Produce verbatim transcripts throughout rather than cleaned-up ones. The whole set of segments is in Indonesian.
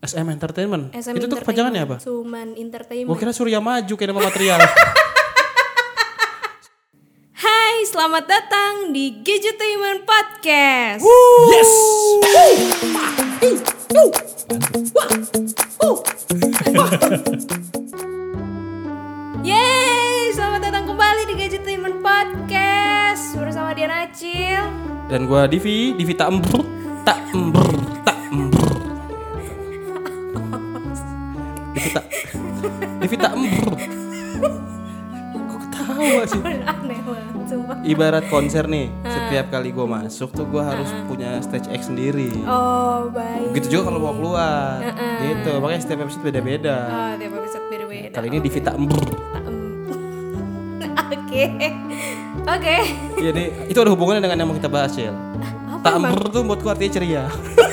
S M Entertainment. S M itu tuh kepanjangannya apa? Suman Entertainment. Gua kira Surya Maju kayak nama material. Hai, selamat datang di Gadgetainment Podcast. Woo! Yes. Yeay, selamat datang kembali di Gadgetainment Podcast bersama Dian Acil dan gua Divi, Divi tak ember, tak ember, tak ember. Divi tak, Divi tak ember. Kok ketawa sih? Aneh banget, sumpah. Ibarat konser nih, setiap kali gue masuk tuh gue harus punya stage X sendiri. Oh, baik. Begitu juga kalau mau keluar, gitu. Makanya setiap episode beda-beda. Oh, tiap episode beda-beda. Kali ini Divi tak ember. Oke, oke. Jadi itu ada hubungannya dengan yang mau kita bahas, Cil. Tak ember tuh buat gue artinya ceria.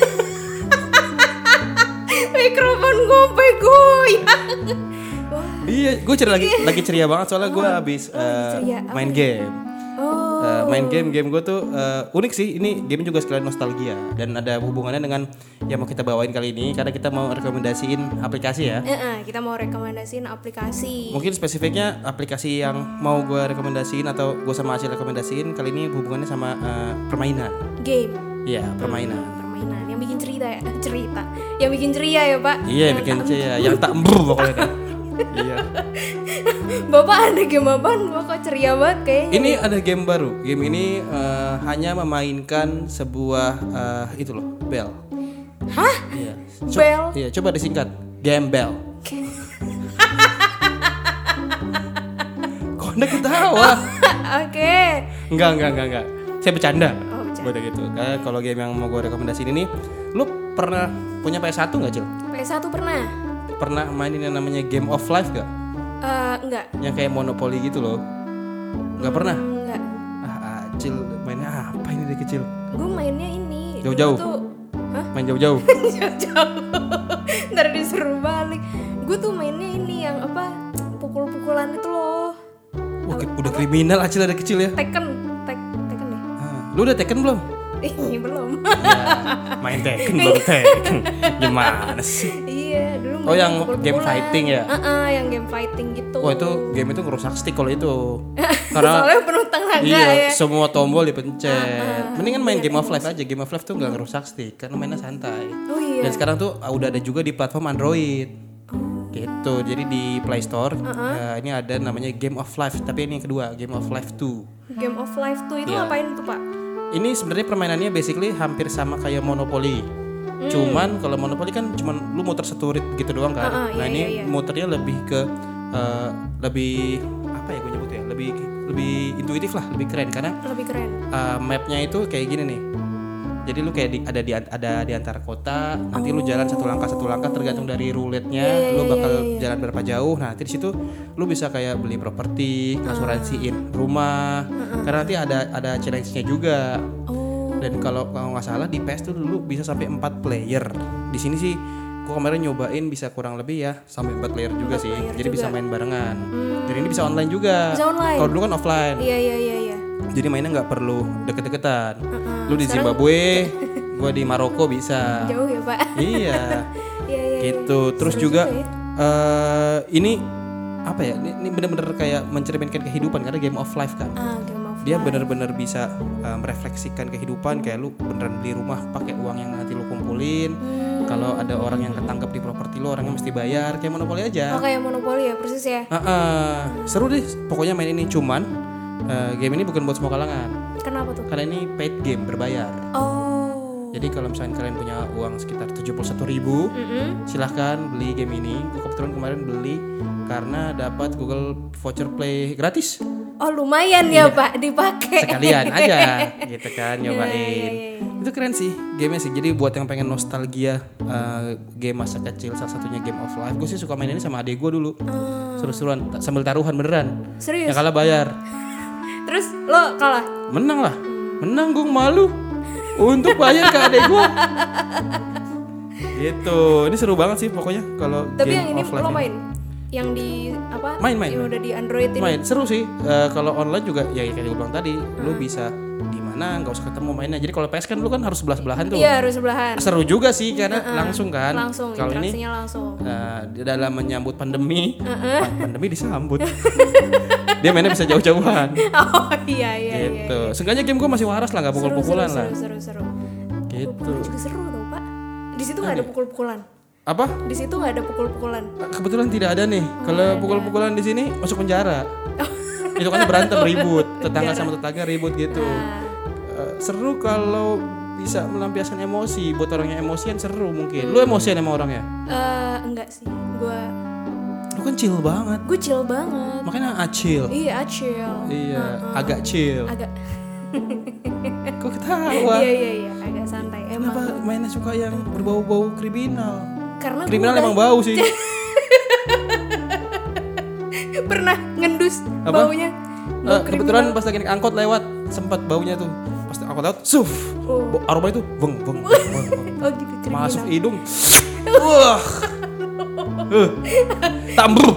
Mikrofon gue sampai goyang. Iya, gue ceria lagi, lagi ceria banget soalnya gue habis oh, uh, ceria. main Apa game. Oh. Uh, main game, game gue tuh uh, unik sih. Ini game juga sekalian nostalgia dan ada hubungannya dengan yang mau kita bawain kali ini karena kita mau rekomendasiin aplikasi ya. Uh-uh, kita mau rekomendasiin aplikasi. Mungkin spesifiknya aplikasi yang mau gue rekomendasiin atau gue sama Acil rekomendasiin kali ini hubungannya sama uh, permainan. Game. Iya, permainan. Hmm, permainan yang bikin cerita ya, cerita. Yang bikin ceria ya, Pak. Iya, yang bikin ceria, yang tak ember pokoknya dah. Iya. Bapak ada game apaan? Bapak ceria banget kayaknya. Ini ada game baru. Game ini uh, hanya memainkan sebuah uh, itu loh, bell. Hah? Iya. Co- Bell? Iya, coba disingkat. Game bell. Kok Anda ketawa? Oke. Enggak, enggak, enggak, enggak. Saya bercanda. Oh, bercanda. Udah gitu. Kayak kalau game yang mau gue rekomendasiin ini, lu pernah punya P S satu enggak, Cil? P S satu pernah? Pernah mainin yang namanya Game of Life gak? Uh, enggak. Yang kayak Monopoly gitu loh. Enggak pernah? Enggak. Ah, Acil mainnya apa ini dari kecil? Gue mainnya ini. Jauh-jauh? Dulu tuh, hah? Main jauh-jauh? Jauh-jauh. Ntar disuruh balik. Gue tuh mainnya ini yang apa? Pukul-pukulan itu loh. Wah, udah kriminal Acil dari kecil ya? Tekken, tek, Tekken deh. Ah, lu udah Tekken belum? Ih, belum. Ya, main Tekken baru Tekken. Gimana sih? Iya, dulu Oh, yang pukul-pukulan. game fighting ya? Heeh, yang game fighting gitu. Wah, itu game itu ngerusak stick kalau itu. Karena soalnya penuh tenaga iya, ya. semua tombol dipencet. Mendingan main Game of Life aja. Game of Life tuh nggak ngerusak stick karena mainnya santai. Oh iya. Dan sekarang tuh uh, udah ada juga di platform Android. Gitu. Jadi di Play Store uh, ini ada namanya Game of Life, tapi ini yang kedua, Game of Life two. Game of Life tuh itu Iya. ngapain tuh, Pak? Ini sebenarnya permainannya basically hampir sama kayak Monopoly. Hmm. Cuman kalau Monopoly kan cuman lu muter satu rit gitu doang kan. Uh-uh, nah iya, ini iya, iya. muternya lebih ke uh, lebih apa ya gue nyebutnya? Lebih lebih intuitif lah, lebih keren karena Lebih keren. uh, mapnya itu kayak gini nih. Jadi lu kayak di, ada di ada di antara kota, nanti lu jalan satu langkah satu langkah tergantung dari roulette-nya, Yeah, lu yeah, bakal yeah, yeah. jalan berapa jauh. Nah, nanti di situ lu bisa kayak beli properti, asuransiin rumah. Karena nanti ada ada challenge-nya juga. Oh. Dan kalau kalau nggak salah di P S tuh dulu bisa sampai empat player. Di sini sih gua kemarin nyobain bisa kurang lebih ya sampai empat player juga empat sih. player Jadi juga. bisa main barengan. Dan ini bisa online juga. Bisa online. Kalau dulu kan offline. Iya, iya, iya, iya. Jadi mainnya nggak perlu deket-deketan. Uh-uh. Lu di Sekarang- Zimbabwe, gua di Maroko bisa. Jauh ya, Pak. Iya. Iya, iya. Gitu. iya. Terus Seru juga ya. eh ini apa ya? Ini, ini bener-bener kayak mencerminkan kehidupan karena Game of Life kan. Ah, Game of Dia Life. benar-benar bisa uh, merefleksikan kehidupan kayak lu beneran beli rumah pakai uang yang nanti lu kumpulin. Hmm. Kalau ada orang yang ketangkep di properti lu, orangnya mesti bayar kayak Monopoly aja. Oh, kayak Monopoly ya, persis ya. Uh, uh, seru deh pokoknya main ini, cuman uh, game ini bukan buat semua kalangan. Kenapa tuh? Karena ini paid game, berbayar. Oh. Jadi kalau misalnya kalian punya uang sekitar tujuh puluh satu ribu, Mm-mm. silahkan beli game ini. Gue kebetulan kemarin beli karena dapat Google Voucher Play gratis. Oh, lumayan ya, Pak, dipakai. Sekalian aja gitu kan, nyobain. Iya, iya, iya. Itu keren sih gamenya sih. Jadi buat yang pengen nostalgia uh, game masa kecil, salah satunya Game of Life. Gue sih suka main ini sama adik gue dulu. Hmm. Seru-seruan ta- sambil taruhan beneran. Serius? Yang kalah bayar. Terus lo kalah. Menang lah. Menang, gue malu untuk bayar ke adik gue. Gitu. Ini seru banget sih pokoknya kalau Tapi Game yang ini of Life lo ini. main? Yang di apa? Main, main, Yang main. udah di Android ini. Main seru sih. Uh, kalau online juga ya kayak gue bilang tadi, lu bisa di mana mana, nggak usah ketemu mainnya. Jadi kalau P S kan lu kan harus sebelah sebelahan tuh. Iya harus sebelahan. Seru juga sih karena Uh-uh. langsung kan. Langsung. Kalau ini interaksinya langsung. uh, di dalam menyambut pandemi, Uh-uh. pa- pandemi disambut. Dia mainnya bisa jauh-jauhan. Oh iya iya. Gitu. Iya, iya. Seenggaknya game gue masih waras lah, nggak Seru, pukul-pukulan seru, lah. Seru seru seru. Gitu. Pukul-pukulan juga seru tau pak. Di situ nggak ada pukul-pukulan. Apa? Di situ nggak ada pukul-pukulan. Kebetulan tidak ada nih. Kalau pukul-pukulan di sini masuk penjara. Itu kan berantem ribut, tetangga sama tetangga ribut gitu. Nah, Uh, seru kalau bisa melampiaskan emosi. Buat orang yang emosian seru mungkin. Lu emosian sama orangnya? eh, enggak sih. Gue Lu kan chill banget. gue chill banget. Makanya acil. Iya chill. Iya, agak chill. Agak. Kok ketawa? Iya iya iya. Agak santai. Emang. Kenapa mainnya suka yang berbau-bau kriminal? Karena Kriminal gua emang bau sih. pernah ngendus Apa? baunya. Eh, Bau kebetulan pas lagi naik angkot lewat sempat baunya tuh. Pas angkot lewat, suf. Oh. Bau- Aroma itu beng beng beng, beng, beng. Oh gitu kriminal. Masuk hidung. Wah. Uh, Tambur.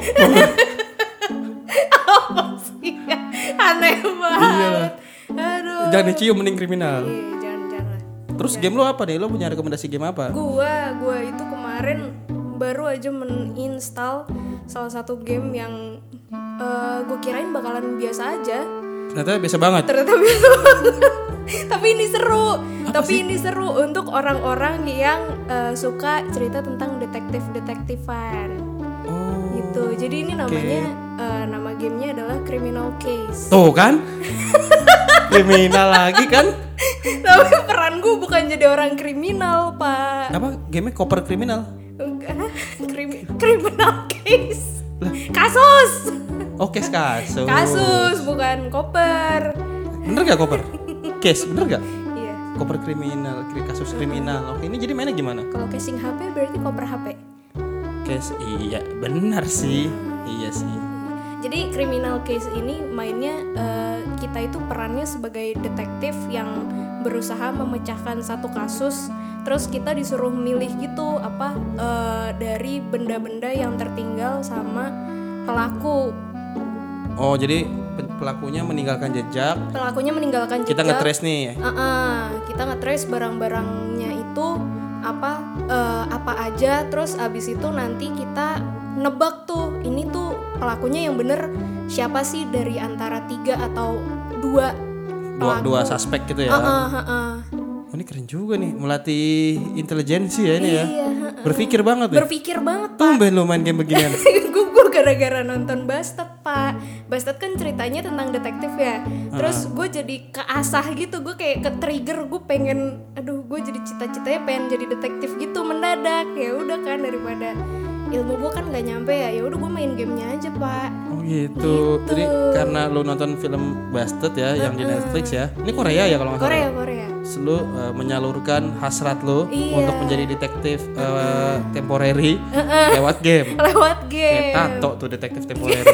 Apa sih? Aneh banget. Iya. Aduh. Jangan dicium mending kriminal. Iya, jangan jangan lah. Terus game lu apa nih? Lu punya rekomendasi game apa? Gua gua itu kemarin baru aja meninstall salah satu game yang uh, gue kirain bakalan biasa aja. Ternyata biasa banget. Ternyata biasa banget. Tapi ini seru. Apa Tapi sih? ini seru untuk orang-orang yang uh, suka cerita tentang detektif-detektifan. Oh. Gitu. Jadi ini namanya uh, nama gamenya adalah Criminal Case. Tuh kan? Kriminal lagi kan? Tapi peran gue bukan jadi orang kriminal, Pak. Apa? Game-nya koper kriminal? Enggak. Krimi- Criminal Case. Kasus. Oke, kasus. Kasus bukan koper. Bener gak koper? Case, bener gak? Iya. Koper kriminal, kri- kasus kriminal. Oke, ini jadi mainnya gimana? Kalau casing H P berarti koper H P. Case, iya benar sih. Iya sih. Jadi criminal case ini mainnya eh, kita itu perannya sebagai detektif yang berusaha memecahkan satu kasus. Terus kita disuruh milih gitu apa eh, dari benda-benda yang tertinggal sama pelaku. Oh, jadi pe- pelakunya meninggalkan jejak. Pelakunya meninggalkan jejak. Kita nge-trace nih. Uh-uh, kita nge-trace barang-barangnya itu apa eh, apa aja. Terus abis itu nanti kita nebak tuh ini tuh pelakunya yang bener siapa sih dari antara tiga atau dua Dua, pelaku. dua suspek gitu ya. Uh-uh, uh-uh. Oh, ini keren juga nih, melatih intelijensi ya ini ya. Iya, uh-uh. Berpikir banget deh. Berpikir banget Pak. Tumben lu main game beginian. gue gue gara-gara nonton Busted Pak. Busted kan ceritanya tentang detektif ya. Terus gue jadi keasah gitu, gue kayak ke trigger, gue pengen, aduh gue jadi cita-citanya pengen jadi detektif gitu mendadak. Ya udah kan daripada ilmu gue kan nggak nyampe ya, ya udah gue main gamenya aja Pak. Oh gitu. Gitu. Jadi karena lu nonton film Busted ya yang di Netflix ya. Ini Korea ya kalau nggak salah. Korea Korea. Lu uh, menyalurkan hasrat lu Iya. untuk menjadi detektif uh, temporary lewat game. Lewat Kayak game. tato tuh detektif temporary.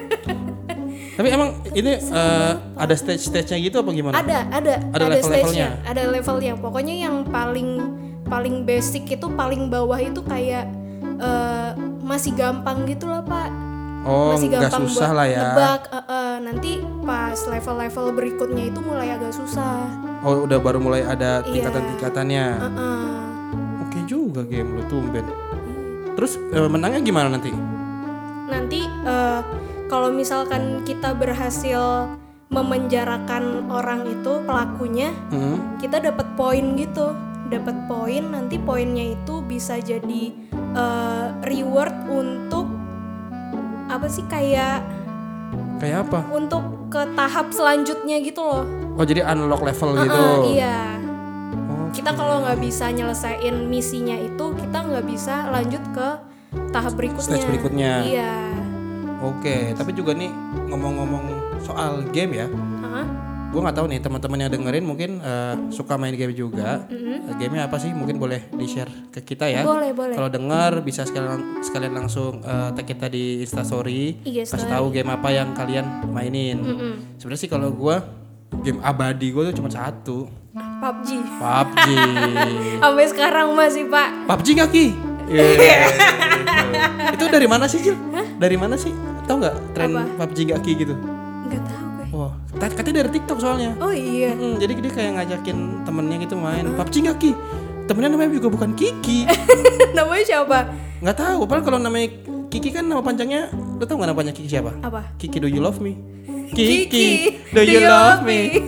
Tapi emang ini uh, ada stage-stage-nya gitu apa gimana? Ada ada Ada level-levelnya? stage-nya, ada levelnya. Pokoknya yang paling paling basic itu paling bawah itu kayak eh, masih gampang gitu lah Pak. Oh, Masih nggak gampang susah buat lah ya. nebak. eh, eh, nanti pas level-level berikutnya itu mulai agak susah. Oh, udah baru mulai ada Iya. tingkatan-tingkatannya. Eh, eh. Oke juga game lu tumben. Terus uh, menangnya gimana nanti? Nanti eh, kalau misalkan kita berhasil memenjarakan orang itu pelakunya, Hmm. kita dapat poin gitu, dapat poin. Nanti poinnya itu bisa jadi eh, reward untuk apa sih kayak Kayak apa? untuk ke tahap selanjutnya gitu loh. Oh, jadi unlock level gitu. Uh-uh, iya. Oh, Kita kalau nggak bisa nyelesain misinya itu, kita nggak bisa lanjut ke tahap berikutnya. Stage berikutnya. Iya. Oke, tapi juga nih ngomong-ngomong soal game ya. Hah? Gue nggak tahu nih teman-teman yang dengerin mungkin uh, suka main game juga. Uh, gamenya apa sih? Mungkin boleh di share ke kita ya. Boleh, boleh. Kalau dengar bisa sekalian sekalian langsung uh, tag kita di Instastory. I G Kasih story. tahu game apa yang kalian mainin. Sebenarnya sih kalau gue game abadi gue tuh cuma satu. P U B G. P U B G. Sampai sekarang masih Pak. P U B G nggak Ki? Yeah, gitu. Itu dari mana sih Jil? Dari mana sih? Tahu nggak tren Apa? P U B G nggak Ki gitu? Nggak tahu gue. Wah, katanya dari TikTok soalnya. Oh iya. Mm, jadi dia kayak ngajakin temennya gitu main P U B G nggak Ki? Temennya namanya juga bukan Kiki. Namanya siapa? Nggak tahu. Padahal kalau namanya Kiki kan nama panjangnya, lo tau nggak nama panjang Kiki siapa? Apa? Kiki do you love me? Kiki, Kiki do you love me?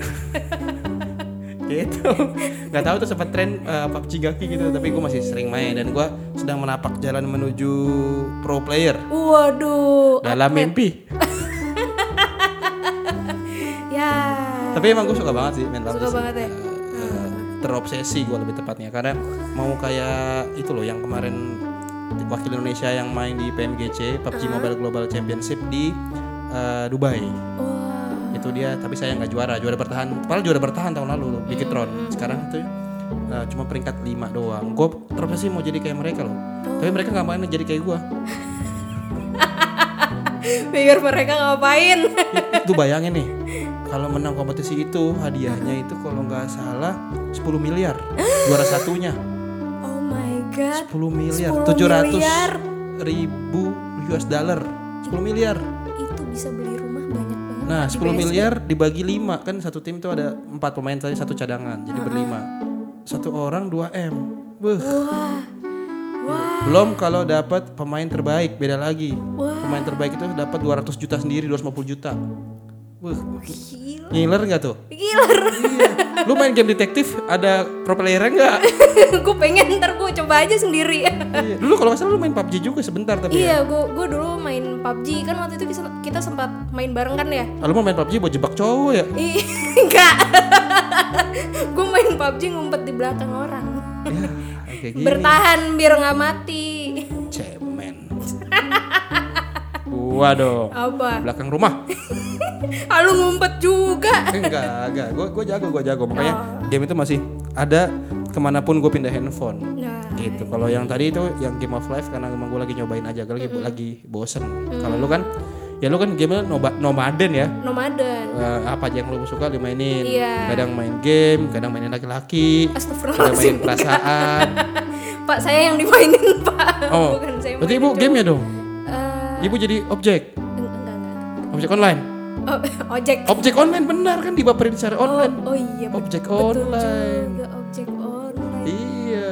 Gitu. Nggak tahu tuh sempat tren uh, P U B G Gaki gitu, tapi gue masih sering main dan gue sedang menapak jalan menuju pro player. Waduh. Dalam atlet. mimpi. Ya. Tapi emang gue suka banget sih main P U B G. Suka sih. banget ya. Uh, terobsesi gue lebih tepatnya karena mau kayak itu loh yang kemarin wakil Indonesia yang main di P M G C P U B G uh-huh. Mobile Global Championship di uh, Dubai. Wah. Itu dia, tapi saya nggak juara, juara bertahan. Padahal juara bertahan tahun lalu, Bigitron. Sekarang itu uh, cuma peringkat lima doang. Gue terobsesi mau jadi kayak mereka loh. Oh. Tapi mereka nggak main jadi kayak gue. Biar mereka ngapain? Itu bayangin nih, kalau menang kompetisi itu hadiahnya itu kalau nggak salah sepuluh miliar. Juara satunya. Oh my god. sepuluh miliar, tujuh ratus ribu U S dollar. sepuluh miliar. Itu bisa beli rumah banyak banget. Nah, sepuluh miliar dibagi lima kan satu tim itu ada empat pemain saja satu cadangan. Jadi uh-huh. berlima. Satu orang dua M. Buh. Wah. Wah. Belum kalau dapat pemain terbaik beda lagi. Wah. Pemain terbaik itu dapat dua ratus juta sendiri, dua ratus lima puluh juta. Buh. Gila. Ngiler enggak tuh? Ngiler. Iya. Lu main game detektif ada pro player enggak? Gue pengen ntar gue coba aja sendiri. Iya. Dulu kalau nggak salah lu main P U B G juga sebentar tapi. Iya, ya? gue gue dulu main P U B G kan waktu itu kita, kita sempat main bareng kan ya. Lu mau main P U B G buat jebak cowok ya? Enggak. Gue main P U B G ngumpet di belakang orang. Ya, kayak gini. Bertahan biar nggak mati. Cemen. Waduh. Apa? Belakang rumah. Ah, lu ngumpet juga. Enggak, enggak. Gue gue jago, gue jago. Makanya oh. game itu masih ada kemanapun gue pindah handphone. Nah, gitu. Kalau yang tadi itu yang Game of Life karena emang gue lagi nyobain aja, gue lagi mm-hmm. lagi bosen. Mm. Kalau lu kan, ya lu kan game noba- nomaden ya. Nomaden. Uh, apa aja yang lu suka dimainin. Iya. Kadang main game, kadang mainin laki-laki. Kadang mainin perasaan. Pak, saya yang dimainin Pak. Oh. Bukan saya. Berarti ibu game ya dong. Uh, ibu jadi objek. Enggak, enggak. Objek online. Oh, ojek. Objek online benar kan dibaperin secara online. Oh, oh iya. Objek betul online. Juga, objek online. Iya.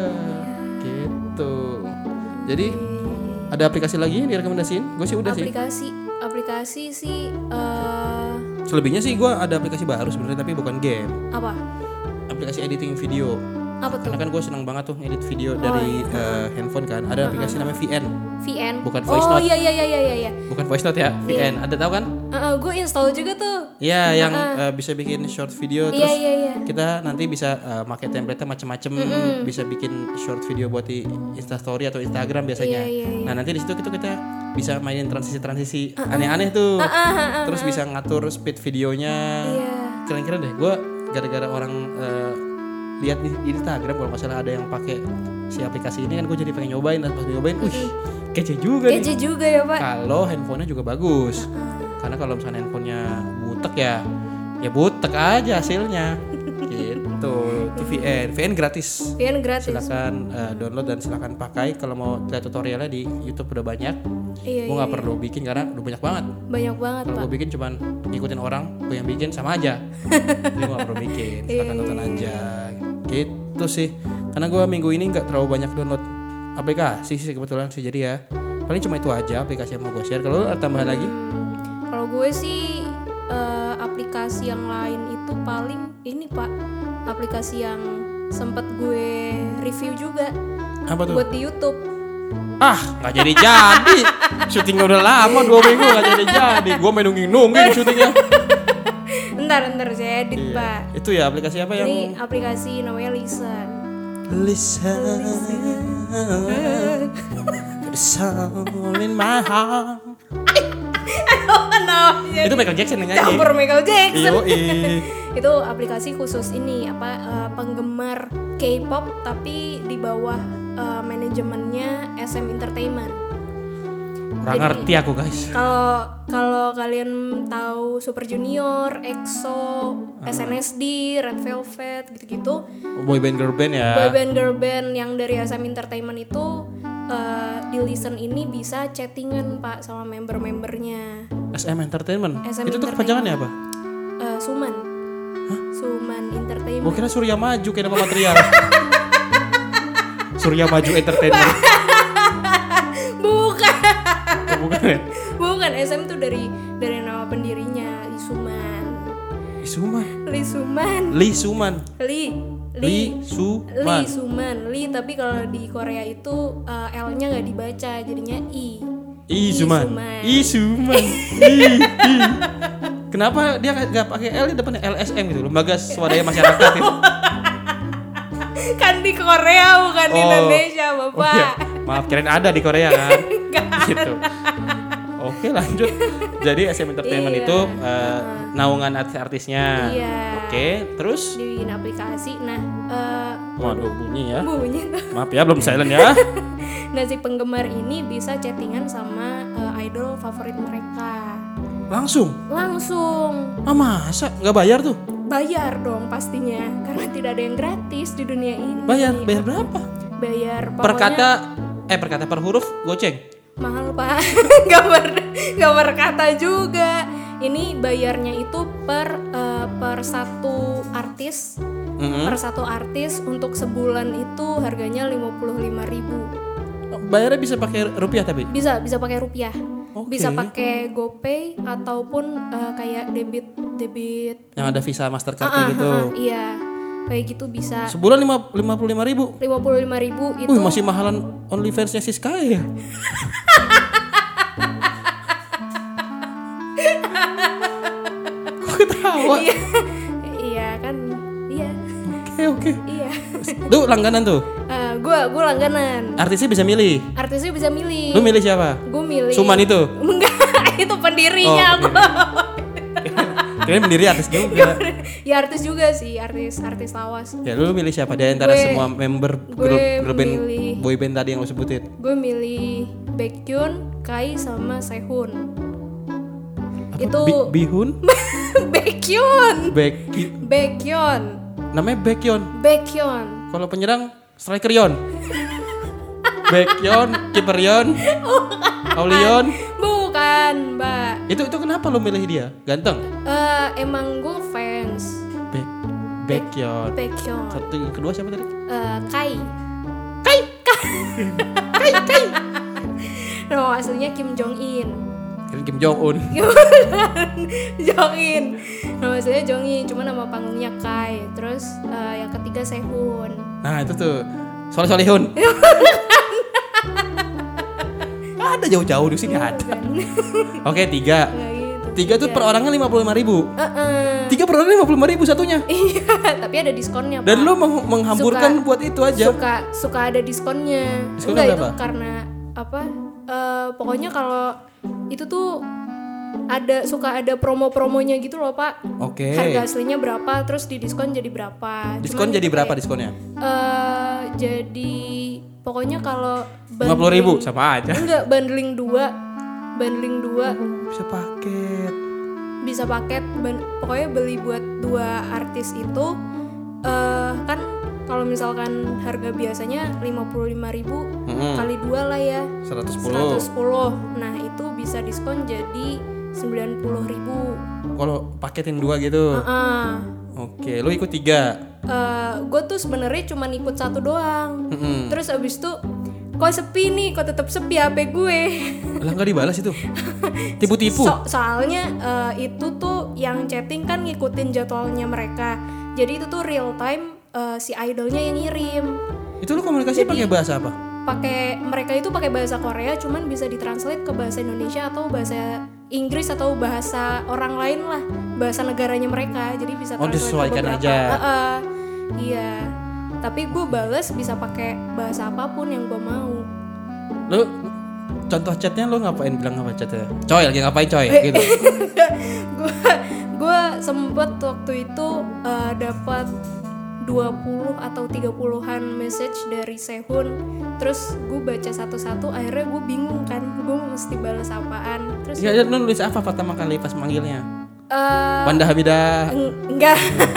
Gitu. Jadi ada aplikasi lagi yang direkomendasiin? Gue sih udah aplikasi, sih. Aplikasi, aplikasi sih. Uh... Selebihnya sih gue ada aplikasi baru sebenarnya tapi bukan game. Apa? Aplikasi editing video. Apa tuh? Karena kan gue senang banget tuh edit video oh, dari iya. uh, handphone kan. Ada uh-huh. aplikasi namanya V N. V N. Bukan voice oh, note. Oh iya iya iya iya iya. Bukan voice note ya, V N. Yeah. Ada tahu kan? Uh, gue install juga tuh. Iya, yang uh, bisa bikin short video terus yeah, yeah, yeah. kita nanti bisa uh, pakai template-nya macam-macam, mm-hmm. bisa bikin short video buat di Insta Story atau Instagram biasanya. Yeah, yeah, yeah. Nah, nanti di situ kita kita bisa mainin transisi-transisi uh-uh. aneh-aneh tuh. Uh-uh, uh-uh. Terus bisa ngatur speed videonya. Yeah. Keren-keren deh. Gue gara-gara orang uh, lihat di, di Instagram kalau masalah ada yang pakai si aplikasi ini kan gue jadi pengen nyobain dan pas nyobain, wih, kece juga kece nih. Kece juga ya, Pak. Kalau handphonenya juga bagus. Uh-uh. Karena kalau misalnya handphonenya butek ya ya butek aja hasilnya. Gitu. Itu V N. V N gratis. V N gratis. Silakan uh, download dan silakan pakai kalau mau lihat tutorialnya di YouTube udah banyak. Iya, gue nggak iya, perlu iya. bikin karena udah banyak banget. Banyak banget, Kalau Pak. gue bikin cuman ngikutin orang, gue yang bikin sama aja. Jadi gue nggak perlu bikin. Silakan tonton aja. Gitu sih. Karena gue minggu ini nggak terlalu banyak download aplikasi sih kebetulan sih, jadi ya paling cuma itu aja aplikasi yang mau gue share. Kalau ada tambahan lagi? Kalau gue sih uh, aplikasi yang lain itu paling ini Pak, aplikasi yang sempet gue review juga. Apa tuh? Buat di YouTube. Ah, nggak jadi jadi. Syutingnya udah lama dua minggu nggak jadi jadi. Gue main nungging nungging syutingnya. Ntar ntar saya edit iya. Pak. Itu ya aplikasi apa yang? Ini aplikasi namanya Listen. Listen. The sound in my heart. No, itu Michael Jackson yang nyanyi. Campur Michael Jackson. Iya. Itu aplikasi khusus ini apa uh, penggemar K-pop tapi di bawah uh, manajemennya S M Entertainment. Kurang ngerti aku guys. Kalau kalau kalian tahu Super Junior, EXO, uh. S N S D, Red Velvet gitu-gitu. Boy band girl band ya. Boy band girl band yang dari S M Entertainment itu uh, di Listen ini bisa chattingan Pak sama member-membernya. S M Entertainment. S M itu tuh kepanjangannya apa? Uh, Suman. Hah? Suman Entertainment. Gue kira Surya Maju kayak nama material. Surya Maju Entertainment. Bukan. Oh, bukan ya? Bukan, S M tuh dari dari nama pendirinya, Lisuman. Lisuman. Lisuman. Li Suman. Li. Li Suman. Li Suman. Li, tapi kalau di Korea itu uh, L-nya nggak dibaca, jadinya I. I Suman. I Suman. I. I. Kenapa dia nggak pakai L di depannya L S M gitu, Lembaga Swadaya Masyarakat itu? Kan di Korea bukan oh. di Indonesia, Bapak. Oh, iya. Maaf, kirain ada di Korea kan? Gitu. Oke, lanjut. Jadi S M Entertainment iya. itu uh, naungan artis-artisnya. Iya. Oke, terus? Di aplikasi. Nah, uh, waduh bunyi ya. Bunyi tuh. Maaf ya, belum silent ya. Nah, si penggemar ini bisa chattingan sama uh, idol favorit mereka. Langsung? Langsung. Ah, masa? Nggak bayar tuh? Bayar dong pastinya, karena tidak ada yang gratis di dunia ini. Bayar? Bayar berapa? Bayar pokoknya. Per kata, eh per kata per huruf goceng? Mahal, Pak. Gak per, gak per kata juga. Ini bayarnya itu per uh, per satu artis. Mm-hmm. Per satu artis untuk sebulan itu harganya lima puluh lima ribu. Bayarnya bisa pakai rupiah tapi? Bisa, bisa pakai rupiah. Okay. Bisa pakai GoPay ataupun uh, kayak debit debit yang ada Visa Mastercard uh, uh, gitu. Uh, uh, iya. Kayak gitu bisa. Sebulan lima puluh lima ribu. lima puluh lima ribu itu. Wih, masih mahalan OnlyFans-nya Siska ya. Kok ketawa? Iya. Iya kan. Iya. Oke, oke. Iya. Tuh langganan tuh. Uh, gua gua langganan. Artisnya bisa milih. Artisnya bisa milih. Lu milih siapa? Gue milih. Suman itu? Enggak, itu pendirinya oh, aku. Kirain pendiri artis juga. Ya artis juga sih, artis artis lawas. Ya lu milih siapa di antara gue, semua member grup grup band boyband tadi yang lu sebutin? Gue milih Baekhyun, Kai sama Sehun. Apa? Itu Bi- Bihun? Baekhyun. Baekhyun. Baekhyun. Namanya Baekhyun. Baekhyun. Kalau penyerang Strikeryon. Baekhyun, Kiperyon, Aulion. Bukan, Mbak. Itu itu kenapa lo milih dia? Ganteng? Uh, emang gue fans. Baek Baekhyun. Baekhyun. Satu kedua siapa tadi? Uh, Kai. Kai. Kai Kai. Nama aslinya Kim Jong In. Kirain Kim Jong Un. Jong In. Nama aslinya Jong In, cuma nama panggungnya Kai. Terus uh, yang ketiga Sehun. Nah itu tuh Soleh Solihun. Ada jauh-jauh di sini ada. Oke tiga. Gitu, tiga tuh per orangnya lima puluh lima ribu. Uh-uh. Tiga per orangnya lima puluh lima ribu satunya. Iya, tapi ada diskonnya. Dan Pak. lo meng- menghamburkan suka, buat itu aja. Suka suka ada diskonnya. Diskonnya Enggak, berapa? itu karena apa? Uh, pokoknya kalau itu tuh ada suka ada promo-promonya gitu loh, Pak. Oke. Okay. Harga aslinya berapa, terus di diskon jadi berapa? Diskon Cuman jadi berapa kayak, diskonnya? Uh, jadi pokoknya kalau lima puluh ribu sama aja. Enggak, bundling dua, bundling dua. Oh, bisa paket. Bisa paket, ban- pokoknya beli buat dua artis itu uh, kan kalau misalkan harga biasanya lima puluh lima ribu mm-hmm. kali dua lah ya. seratus sepuluh. seratus sepuluh. Nah, itu bisa diskon jadi sembilan puluh ribu. Kalau paketin dua gitu. Uh-uh. Oke, lu ikut tiga. Uh, gue tuh sebenarnya cuma ikut satu doang. Mm-hmm. Terus abis itu kok sepi nih, kok tetap sepi H P gue. Lah nggak dibalas itu? Tipu-tipu. So, soalnya uh, itu tuh yang chatting kan ngikutin jadwalnya mereka. Jadi itu tuh real time uh, si idolnya yang ngirim. Itu lu komunikasi pakai bahasa apa? Pakai mereka itu pakai bahasa Korea, cuman bisa ditranslate ke bahasa Indonesia atau bahasa Inggris atau bahasa orang lain lah, bahasa negaranya mereka. Jadi bisa oh, translate ke beberapa. aja. Uh, uh, iya. Tapi gue bales bisa pakai bahasa apapun yang gue mau. Lu contoh chatnya lu ngapain, bilang apa chatnya? Coy lagi ngapain coy? Gitu. Gue gue sempet waktu itu uh, dapat dua puluh atau tiga puluhan message dari Sehun. Terus gue baca satu-satu, akhirnya gue bingung kan, gue mesti balas apaan. Terus ya, lu nulis apa pertama kali pas manggilnya? Uh, Wanda Hamidah. Eng- enggak.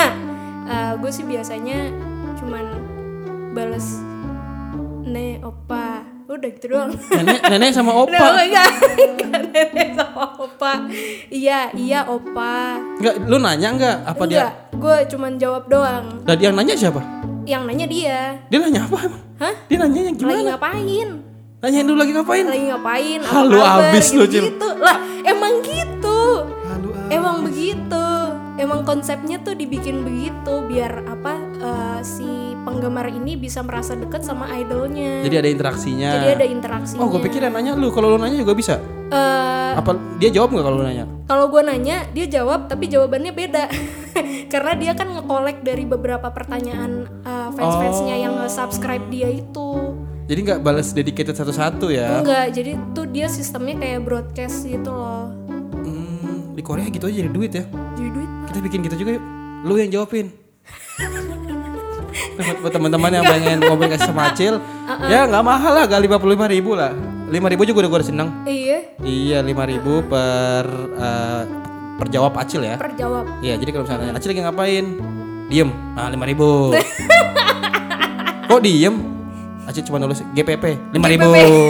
uh, gue sih biasanya cuman balas ne opa. Udah gitu doang. Nenek, nenek sama opa. Nah, enggak, enggak nenek sama opa. Iya, iya opa. Enggak, lu nanya enggak apa enggak, dia? Enggak, gue cuman jawab doang. Dan yang nanya siapa? Yang nanya dia. Dia nanya apa emang? Hah? Dia nanya yang gimana? Lagi ngapain? Nanyain dulu lagi ngapain? Lagi ngapain? Apa Halu kabar? abis lu, Cil. Gitu. Lah, emang gitu. Halu abis. Emang begitu. Emang konsepnya tuh dibikin begitu biar apa uh, si penggemar ini bisa merasa dekat sama idolnya. Jadi ada interaksinya. Jadi ada interaksinya. Oh, gue pikir yang nanya lu. Kalau lu nanya juga bisa. Uh, Apa dia jawab nggak kalau lu nanya? Kalau gue nanya, dia jawab tapi jawabannya beda. Karena dia kan nge-collect dari beberapa pertanyaan uh, fans-fansnya Oh. yang nge-subscribe dia itu. Jadi nggak balas dedicated satu-satu ya? Enggak, jadi tuh dia sistemnya kayak broadcast gitu loh. Hmm, di Korea gitu aja jadi duit ya? Jadi duit. Kita bikin gitu juga yuk. Lu yang jawabin. buat, buat teman-teman yang pengen komunikasi sama Acil, uh-uh. ya nggak mahal lah, gak lima puluh lima ribu lah. lima ribu juga udah gue udah seneng. Iya. Iya, lima ribu per uh, per jawab Acil ya. Per jawab. Iya, jadi kalau misalnya Acil lagi ngapain? Diem. Nah, lima ribu. Kok diem? Acil cuma nulis G P P lima ribu.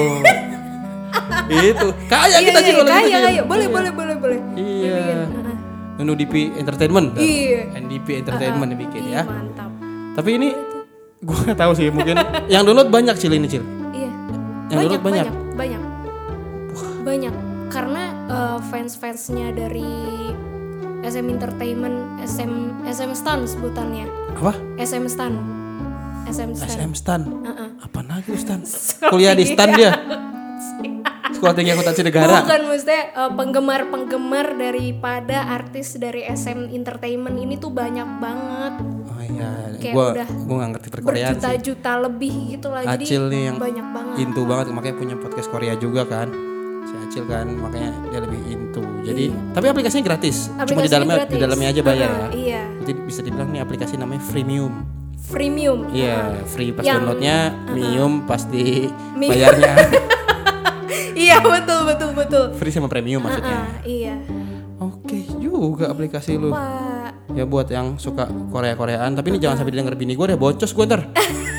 Itu. Kayak kita iya, Cil kalau kaya, gitu. kaya. Boleh, boleh, boleh, boleh. Iya. Uh-uh. N D P Entertainment. Iya. N D P Entertainment uh-uh. dibikin Iya, ya. mantap. Tapi ini gue nggak tahu sih, mungkin yang download banyak Cil ini Cil. Iya. Yang banyak, download banyak. Banyak, banyak. Banyak. Karena uh, fans-fansnya dari S M Entertainment, S M S M Stan sebutannya. Apa? S M Stan. S M Stan. S M Stan. Uh-uh. Apa lagi lu Stan? Kuliah di Stan dia. Sekolah Tinggi Akuntansi Negara. Bukan, maksudnya uh, penggemar-penggemar daripada artis dari S M Entertainment ini tuh banyak banget. Oh iya, Kayak gua udah gua nggak ngerti perkoreaan sih. Berjuta-juta lebih gitu lah. Jadi Acil nih yang banyak banget. into banget, makanya punya podcast Korea juga kan. Si Acil kan, makanya dia lebih into. Jadi, Iya. tapi aplikasinya gratis. Cuma di Aplikasinya dalamnya gratis. di dalamnya aja bayar Uh-uh, ya. Iya. Jadi bisa dibilang nih aplikasi namanya freemium. Freemium. Iya, yeah, free pas Yang- downloadnya, mium pas di Mi- bayarnya. Iya, betul, betul, betul. Free sama premium maksudnya. Uh-uh, iya. Oke juga aplikasi lu. Pak. Ya buat yang suka Korea-Koreaan, tapi ini jangan sampai didengar bini gue deh, bocos gue ntar.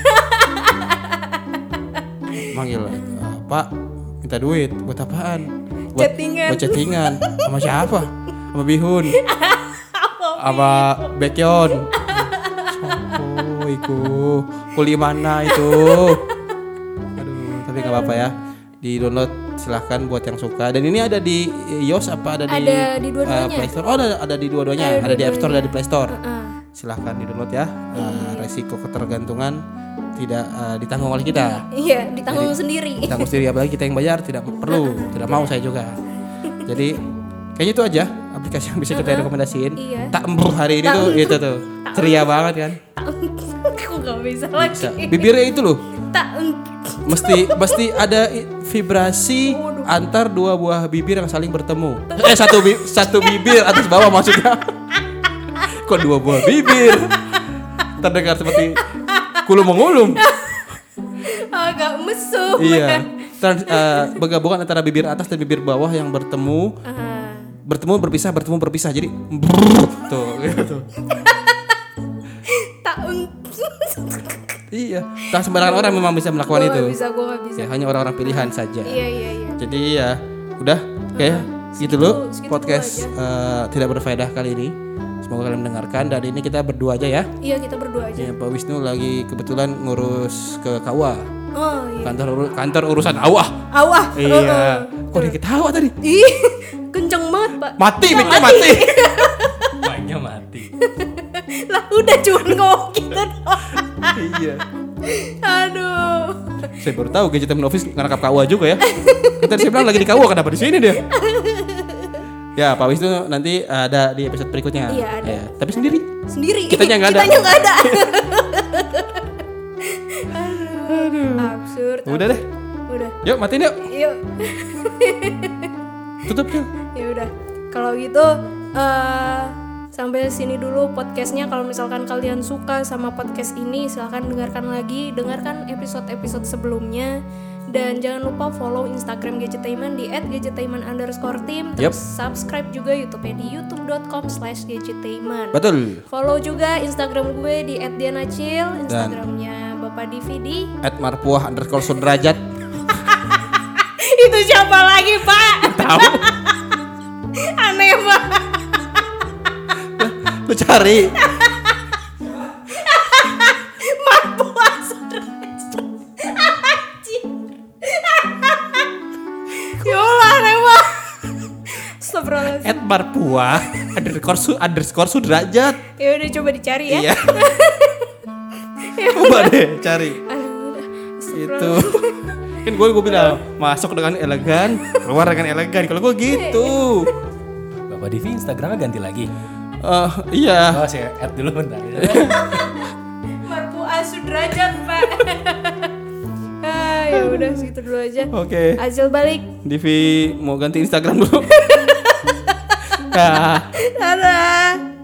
Manggil, "Uh, Pak, minta duit buat apaan? Buat Chattingan. Buat chattingan. Sama siapa? Sama Bihun. Sama Baekhyun. Sopo iku? Kuli mana itu? Aduh, tapi nggak apa-apa ya. Di download silahkan buat yang suka. Dan ini ada di iOS apa ada di, Ada di dua-duanya. uh, Play Store? Oh, ada ada di dua-duanya. Ada Ada, di App Store, ada dua-duanya. di Play Store. Uh-uh. Silahkan di download ya. Uh, resiko ketergantungan tidak uh, ditanggung oleh kita. Iya, ditanggung Jadi, sendiri. Ditanggung sendiri, apalagi kita yang bayar tidak perlu, tidak mau saya juga. Jadi kayaknya itu aja aplikasi yang bisa kita rekomendasiin. Iya. Tak embuh hari ini Tak tuh embuh. itu tuh ceria banget kan. Aku gak bisa lagi. Bisa. Bibirnya itu loh. Tak. Mesti mesti ada i- vibrasi antar dua buah bibir yang saling bertemu. Eh satu bi- satu bibir atas bawah maksudnya. Kok dua buah bibir? Terdengar seperti kulu mengulum. Agak mesum. Iya. Trans, eh, bergabungan antara bibir atas dan bibir bawah yang bertemu, Uh, bertemu berpisah, bertemu berpisah. Jadi brrr, tuh gitu. tak. Iya. Tak sembarangan orang memang bisa melakukan Gue itu. gak bisa, gue gak bisa. Ya, hanya orang-orang pilihan saja. Iya, iya, iya. Jadi ya udah kayak gitu loh segitu podcast eh, tidak berfaedah kali ini. Semoga kalian mendengarkan. Dan ini kita berdua aja ya. Iya, kita berdua aja. Ya, Pak Wisnu lagi kebetulan ngurus ke K U A. Oh, iya. Kantor uru- kantor urusan awah. Awah. Iya. Kok dia ketawa tadi? Ih, kenceng banget, Pak. Mati, mic-nya mati. Mic-nya mati. Lah, udah cuma ngomong gitu doang. Iya. Aduh. Saya baru tahu Gadgetemen Office ngerekap K U A juga ya. Kita saya bilang lagi di K U A, kenapa di sini dia? Ya, Pak Wisnu nanti ada di episode berikutnya. Iya, ada. Ya, tapi sendiri. Sendiri. Kitanya nggak ada. Kitanya nggak ada. Aduh. Absurd. Udah deh. Udah. Yuk, matiin yuk. Yuk. Tutup yuk. Ya udah. Kalau gitu eh sampai sini dulu podcastnya. Kalau misalkan kalian suka sama podcast ini, silahkan dengarkan lagi, dengarkan episode-episode sebelumnya. Dan jangan lupa follow Instagram Gadgetainment di et gadgetainment underscore team. Yep. Terus subscribe juga YouTube-nya di youtube dot com slash gadgetainment. Betul. Follow juga Instagram gue di et dianacil, Instagramnya Bapak D V D. At marpuah underscore sudrajat. Itu siapa lagi Pak? Tahu? Aneh banget. Lu cari. Marpua Sudrajat. Anjing. Ya Allah aneh banget. Astagfirullahaladzim. At Marpua underscore su underscore Sudrajat. Ya udah coba dicari ya. Iya. Ya Coba deh cari. Aduh, udah. Itu. Kan gue gue bilang masuk dengan elegan, keluar dengan elegan. Kalau gue gitu. Bapak Divi Instagramnya ganti lagi. Eh iya. Oh saya add dulu bentar. Marpua Sudrajat Pak. Ah ya udah segitu dulu aja. Oke. Azil balik. Divi mau ganti Instagram dulu. Dah. Dadah.